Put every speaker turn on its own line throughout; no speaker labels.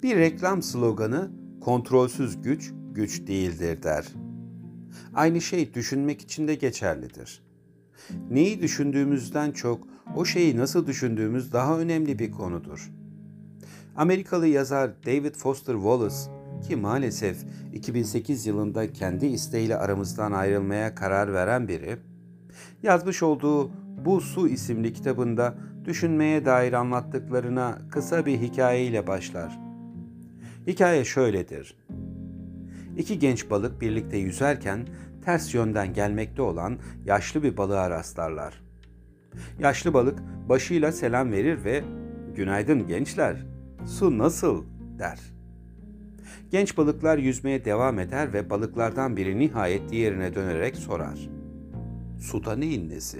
Bir reklam sloganı kontrolsüz güç, güç değildir der. Aynı şey düşünmek için de geçerlidir. Neyi düşündüğümüzden çok o şeyi nasıl düşündüğümüz daha önemli bir konudur. Amerikalı yazar David Foster Wallace ki maalesef 2008 yılında kendi isteğiyle aramızdan ayrılmaya karar veren biri, yazmış olduğu Bu Su isimli kitabında düşünmeye dair anlattıklarına kısa bir hikayeyle başlar. Hikaye şöyledir. İki genç balık birlikte yüzerken ters yönden gelmekte olan yaşlı bir balığa rastlarlar. Yaşlı balık başıyla selam verir ve "Günaydın gençler, su nasıl?" der. Genç balıklar yüzmeye devam eder ve balıklardan biri nihayet diğerine dönerek sorar. "Suda neyin nesi?"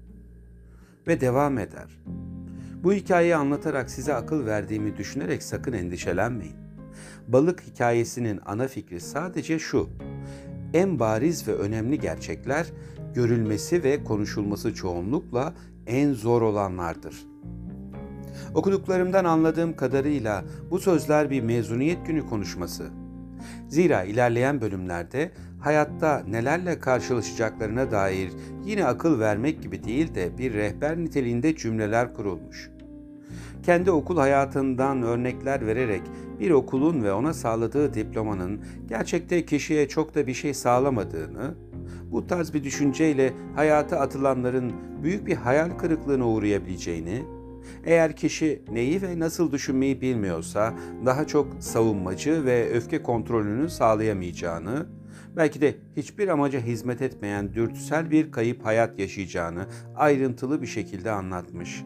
Ve devam eder. Bu hikayeyi anlatarak size akıl verdiğimi düşünerek sakın endişelenmeyin. Balık hikayesinin ana fikri sadece şu: en bariz ve önemli gerçekler görülmesi ve konuşulması çoğunlukla en zor olanlardır. Okuduklarımdan anladığım kadarıyla bu sözler bir mezuniyet günü konuşması. Zira ilerleyen bölümlerde hayatta nelerle karşılaşacaklarına dair yine akıl vermek gibi değil de bir rehber niteliğinde cümleler kurulmuş. Kendi okul hayatından örnekler vererek bir okulun ve ona sağladığı diplomanın gerçekte kişiye çok da bir şey sağlamadığını, bu tarz bir düşünceyle hayata atılanların büyük bir hayal kırıklığına uğrayabileceğini, eğer kişi neyi ve nasıl düşünmeyi bilmiyorsa daha çok savunmacı ve öfke kontrolünü sağlayamayacağını, belki de hiçbir amaca hizmet etmeyen dürtüsel bir kayıp hayat yaşayacağını ayrıntılı bir şekilde anlatmış.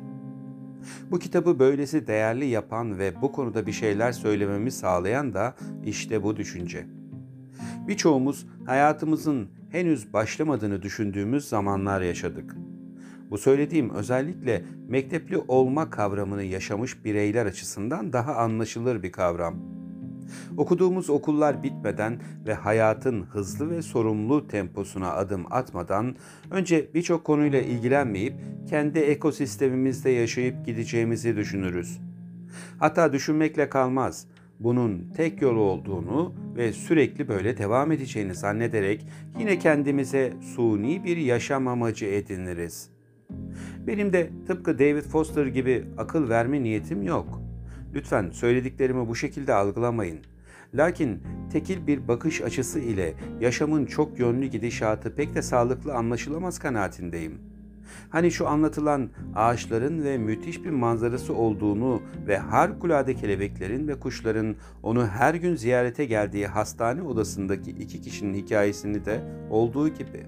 Bu kitabı böylesi değerli yapan ve bu konuda bir şeyler söylememi sağlayan da işte bu düşünce. Birçoğumuz hayatımızın henüz başlamadığını düşündüğümüz zamanlar yaşadık. Bu söylediğim özellikle mektepli olma kavramını yaşamış bireyler açısından daha anlaşılır bir kavram. Okuduğumuz okullar bitmeden ve hayatın hızlı ve sorumlu temposuna adım atmadan önce birçok konuyla ilgilenmeyip kendi ekosistemimizde yaşayıp gideceğimizi düşünürüz. Hatta düşünmekle kalmaz, bunun tek yolu olduğunu ve sürekli böyle devam edeceğini zannederek yine kendimize suni bir yaşam amacı ediniriz. Benim de tıpkı David Foster gibi akıl verme niyetim yok. Lütfen söylediklerimi bu şekilde algılamayın. Lakin tekil bir bakış açısı ile yaşamın çok yönlü gidişatı pek de sağlıklı anlaşılamaz kanaatindeyim. Hani şu anlatılan ağaçların ve müthiş bir manzarası olduğunu ve harikulade kelebeklerin ve kuşların onu her gün ziyarete geldiği hastane odasındaki iki kişinin hikayesini de olduğu gibi.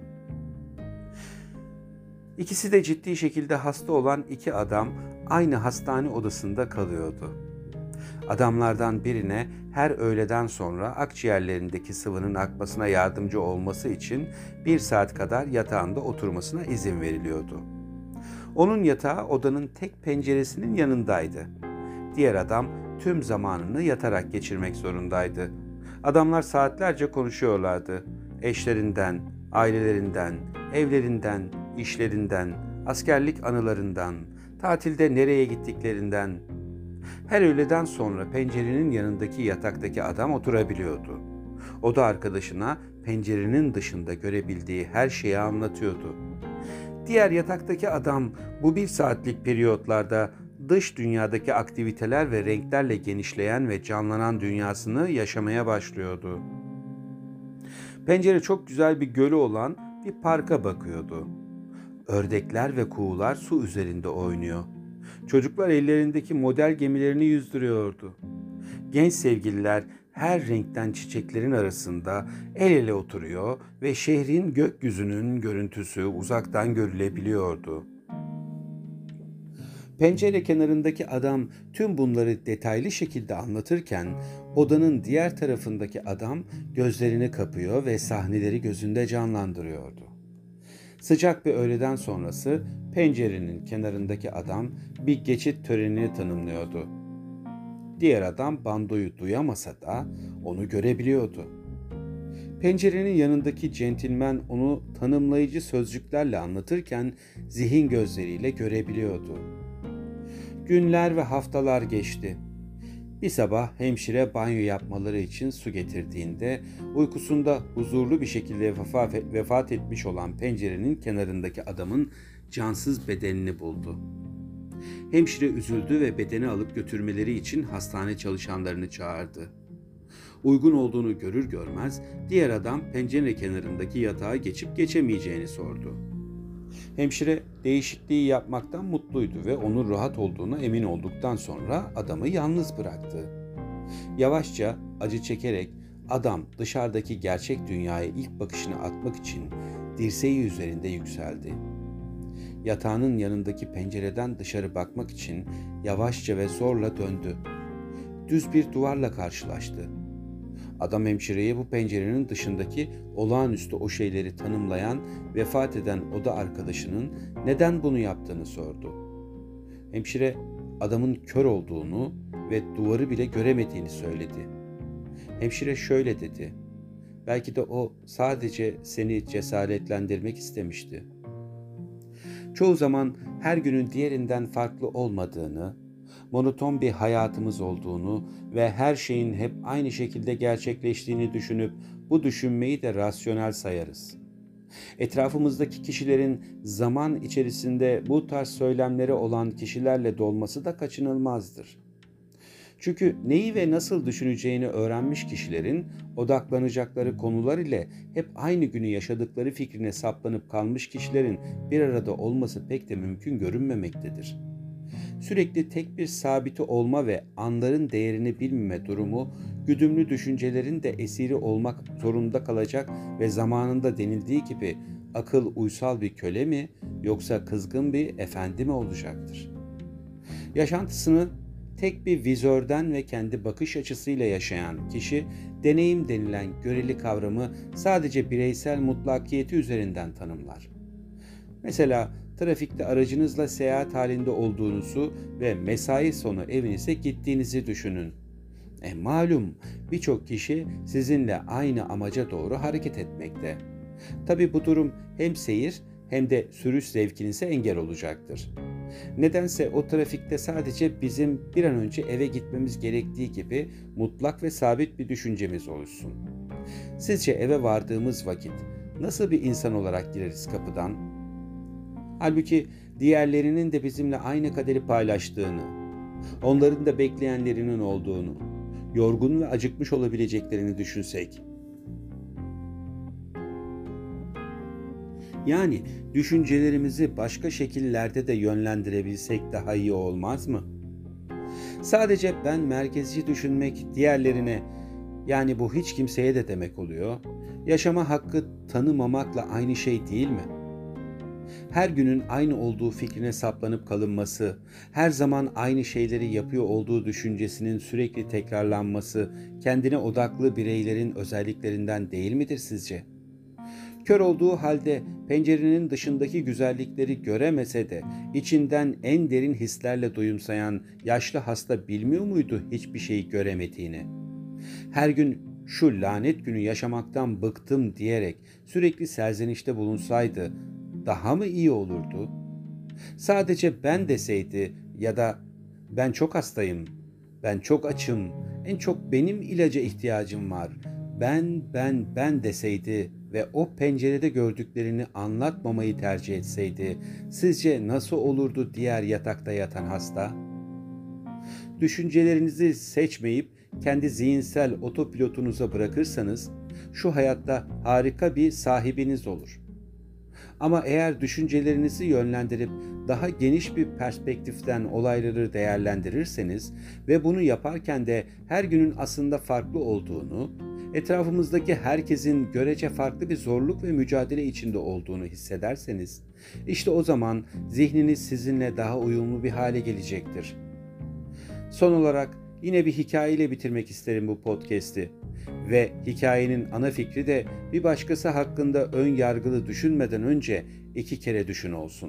İkisi de ciddi şekilde hasta olan iki adam aynı hastane odasında kalıyordu. Adamlardan birine her öğleden sonra akciğerlerindeki sıvının akmasına yardımcı olması için 1 saat kadar yatağında oturmasına izin veriliyordu. Onun yatağı odanın tek penceresinin yanındaydı. Diğer adam tüm zamanını yatarak geçirmek zorundaydı. Adamlar saatlerce konuşuyorlardı. Eşlerinden, ailelerinden, evlerinden, işlerinden, askerlik anılarından, tatilde nereye gittiklerinden. Her öğleden sonra pencerenin yanındaki yataktaki adam oturabiliyordu. O da arkadaşına pencerenin dışında görebildiği her şeyi anlatıyordu. Diğer yataktaki adam bu 1 saatlik periyotlarda dış dünyadaki aktiviteler ve renklerle genişleyen ve canlanan dünyasını yaşamaya başlıyordu. Pencere çok güzel bir gölü olan bir parka bakıyordu. Ördekler ve kuğular su üzerinde oynuyor. Çocuklar ellerindeki model gemilerini yüzdürüyordu. Genç sevgililer her renkten çiçeklerin arasında el ele oturuyor ve şehrin gökyüzünün görüntüsü uzaktan görülebiliyordu. Pencere kenarındaki adam tüm bunları detaylı şekilde anlatırken odanın diğer tarafındaki adam gözlerini kapıyor ve sahneleri gözünde canlandırıyordu. Sıcak bir öğleden sonrası pencerenin kenarındaki adam bir geçit törenini tanımlıyordu. Diğer adam bandoyu duyamasa da onu görebiliyordu. Pencerenin yanındaki centilmen onu tanımlayıcı sözcüklerle anlatırken zihin gözleriyle görebiliyordu. Günler ve haftalar geçti. Bir sabah hemşire banyo yapmaları için su getirdiğinde uykusunda huzurlu bir şekilde vefat etmiş olan pencerenin kenarındaki adamın cansız bedenini buldu. Hemşire üzüldü ve bedeni alıp götürmeleri için hastane çalışanlarını çağırdı. Uygun olduğunu görür görmez diğer adam pencere kenarındaki yatağa geçip geçemeyeceğini sordu. Hemşire değişikliği yapmaktan mutluydu ve onun rahat olduğuna emin olduktan sonra adamı yalnız bıraktı. Yavaşça acı çekerek adam dışarıdaki gerçek dünyaya ilk bakışını atmak için dirseği üzerinde yükseldi. Yatağının yanındaki pencereden dışarı bakmak için yavaşça ve zorla döndü. Düz bir duvarla karşılaştı. Adam hemşireye bu pencerenin dışındaki olağanüstü o şeyleri tanımlayan vefat eden oda arkadaşının neden bunu yaptığını sordu. Hemşire adamın kör olduğunu ve duvarı bile göremediğini söyledi. Hemşire şöyle dedi: "Belki de o sadece seni cesaretlendirmek istemişti." Çoğu zaman her günün diğerinden farklı olmadığını, monoton bir hayatımız olduğunu ve her şeyin hep aynı şekilde gerçekleştiğini düşünüp bu düşünmeyi de rasyonel sayarız. Etrafımızdaki kişilerin zaman içerisinde bu tarz söylemleri olan kişilerle dolması da kaçınılmazdır. Çünkü neyi ve nasıl düşüneceğini öğrenmiş kişilerin odaklanacakları konular ile hep aynı günü yaşadıkları fikrine saplanıp kalmış kişilerin bir arada olması pek de mümkün görünmemektedir. Sürekli tek bir sabiti olma ve anların değerini bilmeme durumu, güdümlü düşüncelerin de esiri olmak zorunda kalacak ve zamanında denildiği gibi akıl uysal bir köle mi yoksa kızgın bir efendi mi olacaktır? Yaşantısını tek bir vizörden ve kendi bakış açısıyla yaşayan kişi, deneyim denilen göreli kavramı sadece bireysel mutlakiyeti üzerinden tanımlar. Mesela trafikte aracınızla seyahat halinde olduğunuzu ve mesai sonu evinize gittiğinizi düşünün. Malum birçok kişi sizinle aynı amaca doğru hareket etmekte. Tabii bu durum hem seyir hem de sürüş zevkinize engel olacaktır. Nedense o trafikte sadece bizim bir an önce eve gitmemiz gerektiği gibi mutlak ve sabit bir düşüncemiz oluşsun. Sizce eve vardığımız vakit nasıl bir insan olarak gireriz kapıdan? Halbuki diğerlerinin de bizimle aynı kaderi paylaştığını, onların da bekleyenlerinin olduğunu, yorgun ve acıkmış olabileceklerini düşünsek. Yani düşüncelerimizi başka şekillerde de yönlendirebilsek daha iyi olmaz mı? Sadece ben merkezci düşünmek diğerlerine, yani bu hiç kimseye de demek oluyor, yaşama hakkı tanımamakla aynı şey değil mi? Her günün aynı olduğu fikrine saplanıp kalınması, her zaman aynı şeyleri yapıyor olduğu düşüncesinin sürekli tekrarlanması, kendine odaklı bireylerin özelliklerinden değil midir sizce? Kör olduğu halde pencerenin dışındaki güzellikleri göremese de içinden en derin hislerle duyumsayan yaşlı hasta bilmiyor muydu hiçbir şeyi göremediğini? Her gün şu lanet günü yaşamaktan bıktım diyerek sürekli serzenişte bulunsaydı daha mı iyi olurdu? Sadece ben deseydi ya da ben çok hastayım, ben çok açım, en çok benim ilaca ihtiyacım var, ben deseydi ve o pencerede gördüklerini anlatmamayı tercih etseydi, sizce nasıl olurdu diğer yatakta yatan hasta? Düşüncelerinizi seçmeyip kendi zihinsel otopilotunuza bırakırsanız, şu hayatta harika bir sahibiniz olur. Ama eğer düşüncelerinizi yönlendirip daha geniş bir perspektiften olayları değerlendirirseniz ve bunu yaparken de her günün aslında farklı olduğunu, etrafımızdaki herkesin görece farklı bir zorluk ve mücadele içinde olduğunu hissederseniz, işte o zaman zihniniz sizinle daha uyumlu bir hale gelecektir. Son olarak yine bir hikayeyle bitirmek isterim bu podcast'i. Ve hikayenin ana fikri de bir başkası hakkında ön yargılı düşünmeden önce 2 kere düşün olsun.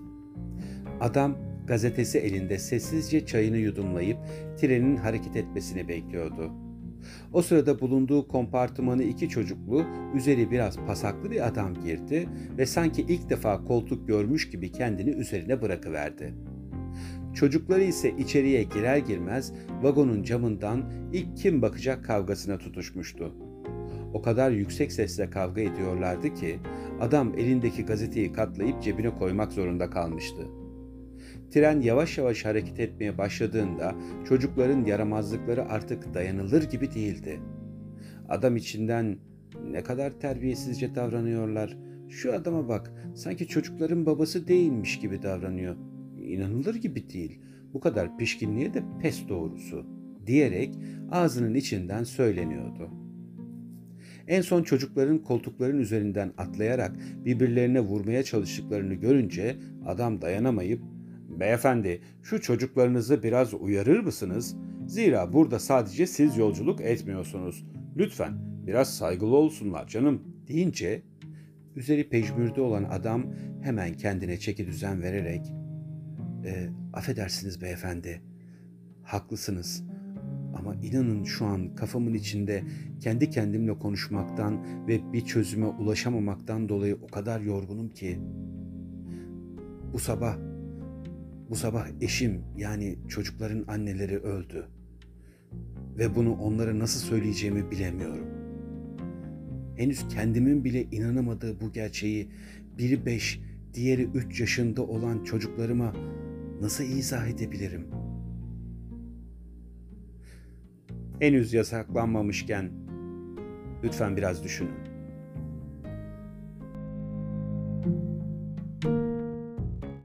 Adam gazetesi elinde sessizce çayını yudumlayıp trenin hareket etmesini bekliyordu. O sırada bulunduğu kompartımanı 2 çocuklu, üzeri biraz pasaklı bir adam girdi ve sanki ilk defa koltuk görmüş gibi kendini üzerine bırakıverdi. Çocukları ise içeriye girer girmez vagonun camından ilk kim bakacak kavgasına tutuşmuştu. O kadar yüksek sesle kavga ediyorlardı ki adam elindeki gazeteyi katlayıp cebine koymak zorunda kalmıştı. Tren yavaş yavaş hareket etmeye başladığında çocukların yaramazlıkları artık dayanılır gibi değildi. Adam içinden ne kadar terbiyesizce davranıyorlar. Şu adama bak, sanki çocukların babası değilmiş gibi davranıyor. İnanılır gibi değil. Bu kadar pişkinliğe de pes doğrusu diyerek ağzının içinden söyleniyordu. En son çocukların koltukların üzerinden atlayarak birbirlerine vurmaya çalıştıklarını görünce adam dayanamayıp "Beyefendi, şu çocuklarınızı biraz uyarır mısınız? Zira burada sadece siz yolculuk etmiyorsunuz. Lütfen biraz saygılı olsunlar canım." deyince üzeri pejmürde olan adam hemen kendine çekidüzen vererek "Affedersiniz beyefendi, haklısınız. Ama inanın şu an kafamın içinde kendi kendimle konuşmaktan ve bir çözüme ulaşamamaktan dolayı o kadar yorgunum ki bu sabah eşim, yani çocukların anneleri öldü ve bunu onlara nasıl söyleyeceğimi bilemiyorum. Henüz kendimin bile inanamadığı bu gerçeği biri 5, diğeri 3 yaşında olan çocuklarıma nasıl izah edebilirim? Henüz yasaklanmamışken lütfen biraz düşünün.